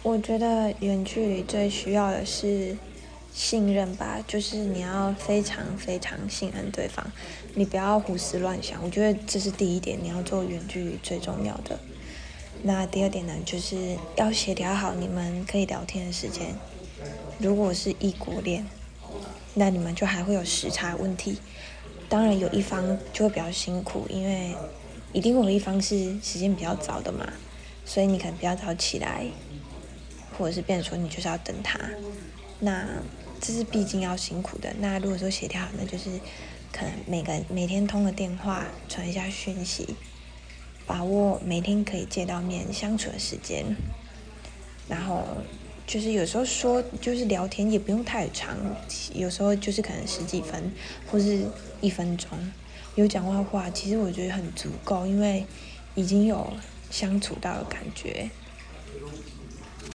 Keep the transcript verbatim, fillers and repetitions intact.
我觉得远距离最需要的是信任吧，就是你要非常非常信任对方，你不要胡思乱想。我觉得这是第一点，你要做远距离最重要的。那第二点呢，就是要协调好你们可以聊天的时间。如果是异国恋，那你们就还会有时差问题。当然有一方就会比较辛苦，因为一定会有一方是时间比较早的嘛，所以你可能比较早起来，或者是变成说你就是要等他，那这是毕竟要辛苦的。那如果说协调好，那就是可能每个每天通个电话，传一下讯息，把握每天可以见到面相处的时间，然后就是有时候说就是聊天也不用太长，有时候就是可能十几分或是一分钟，有讲话话，其实我觉得很足够，因为已经有相处到的感觉。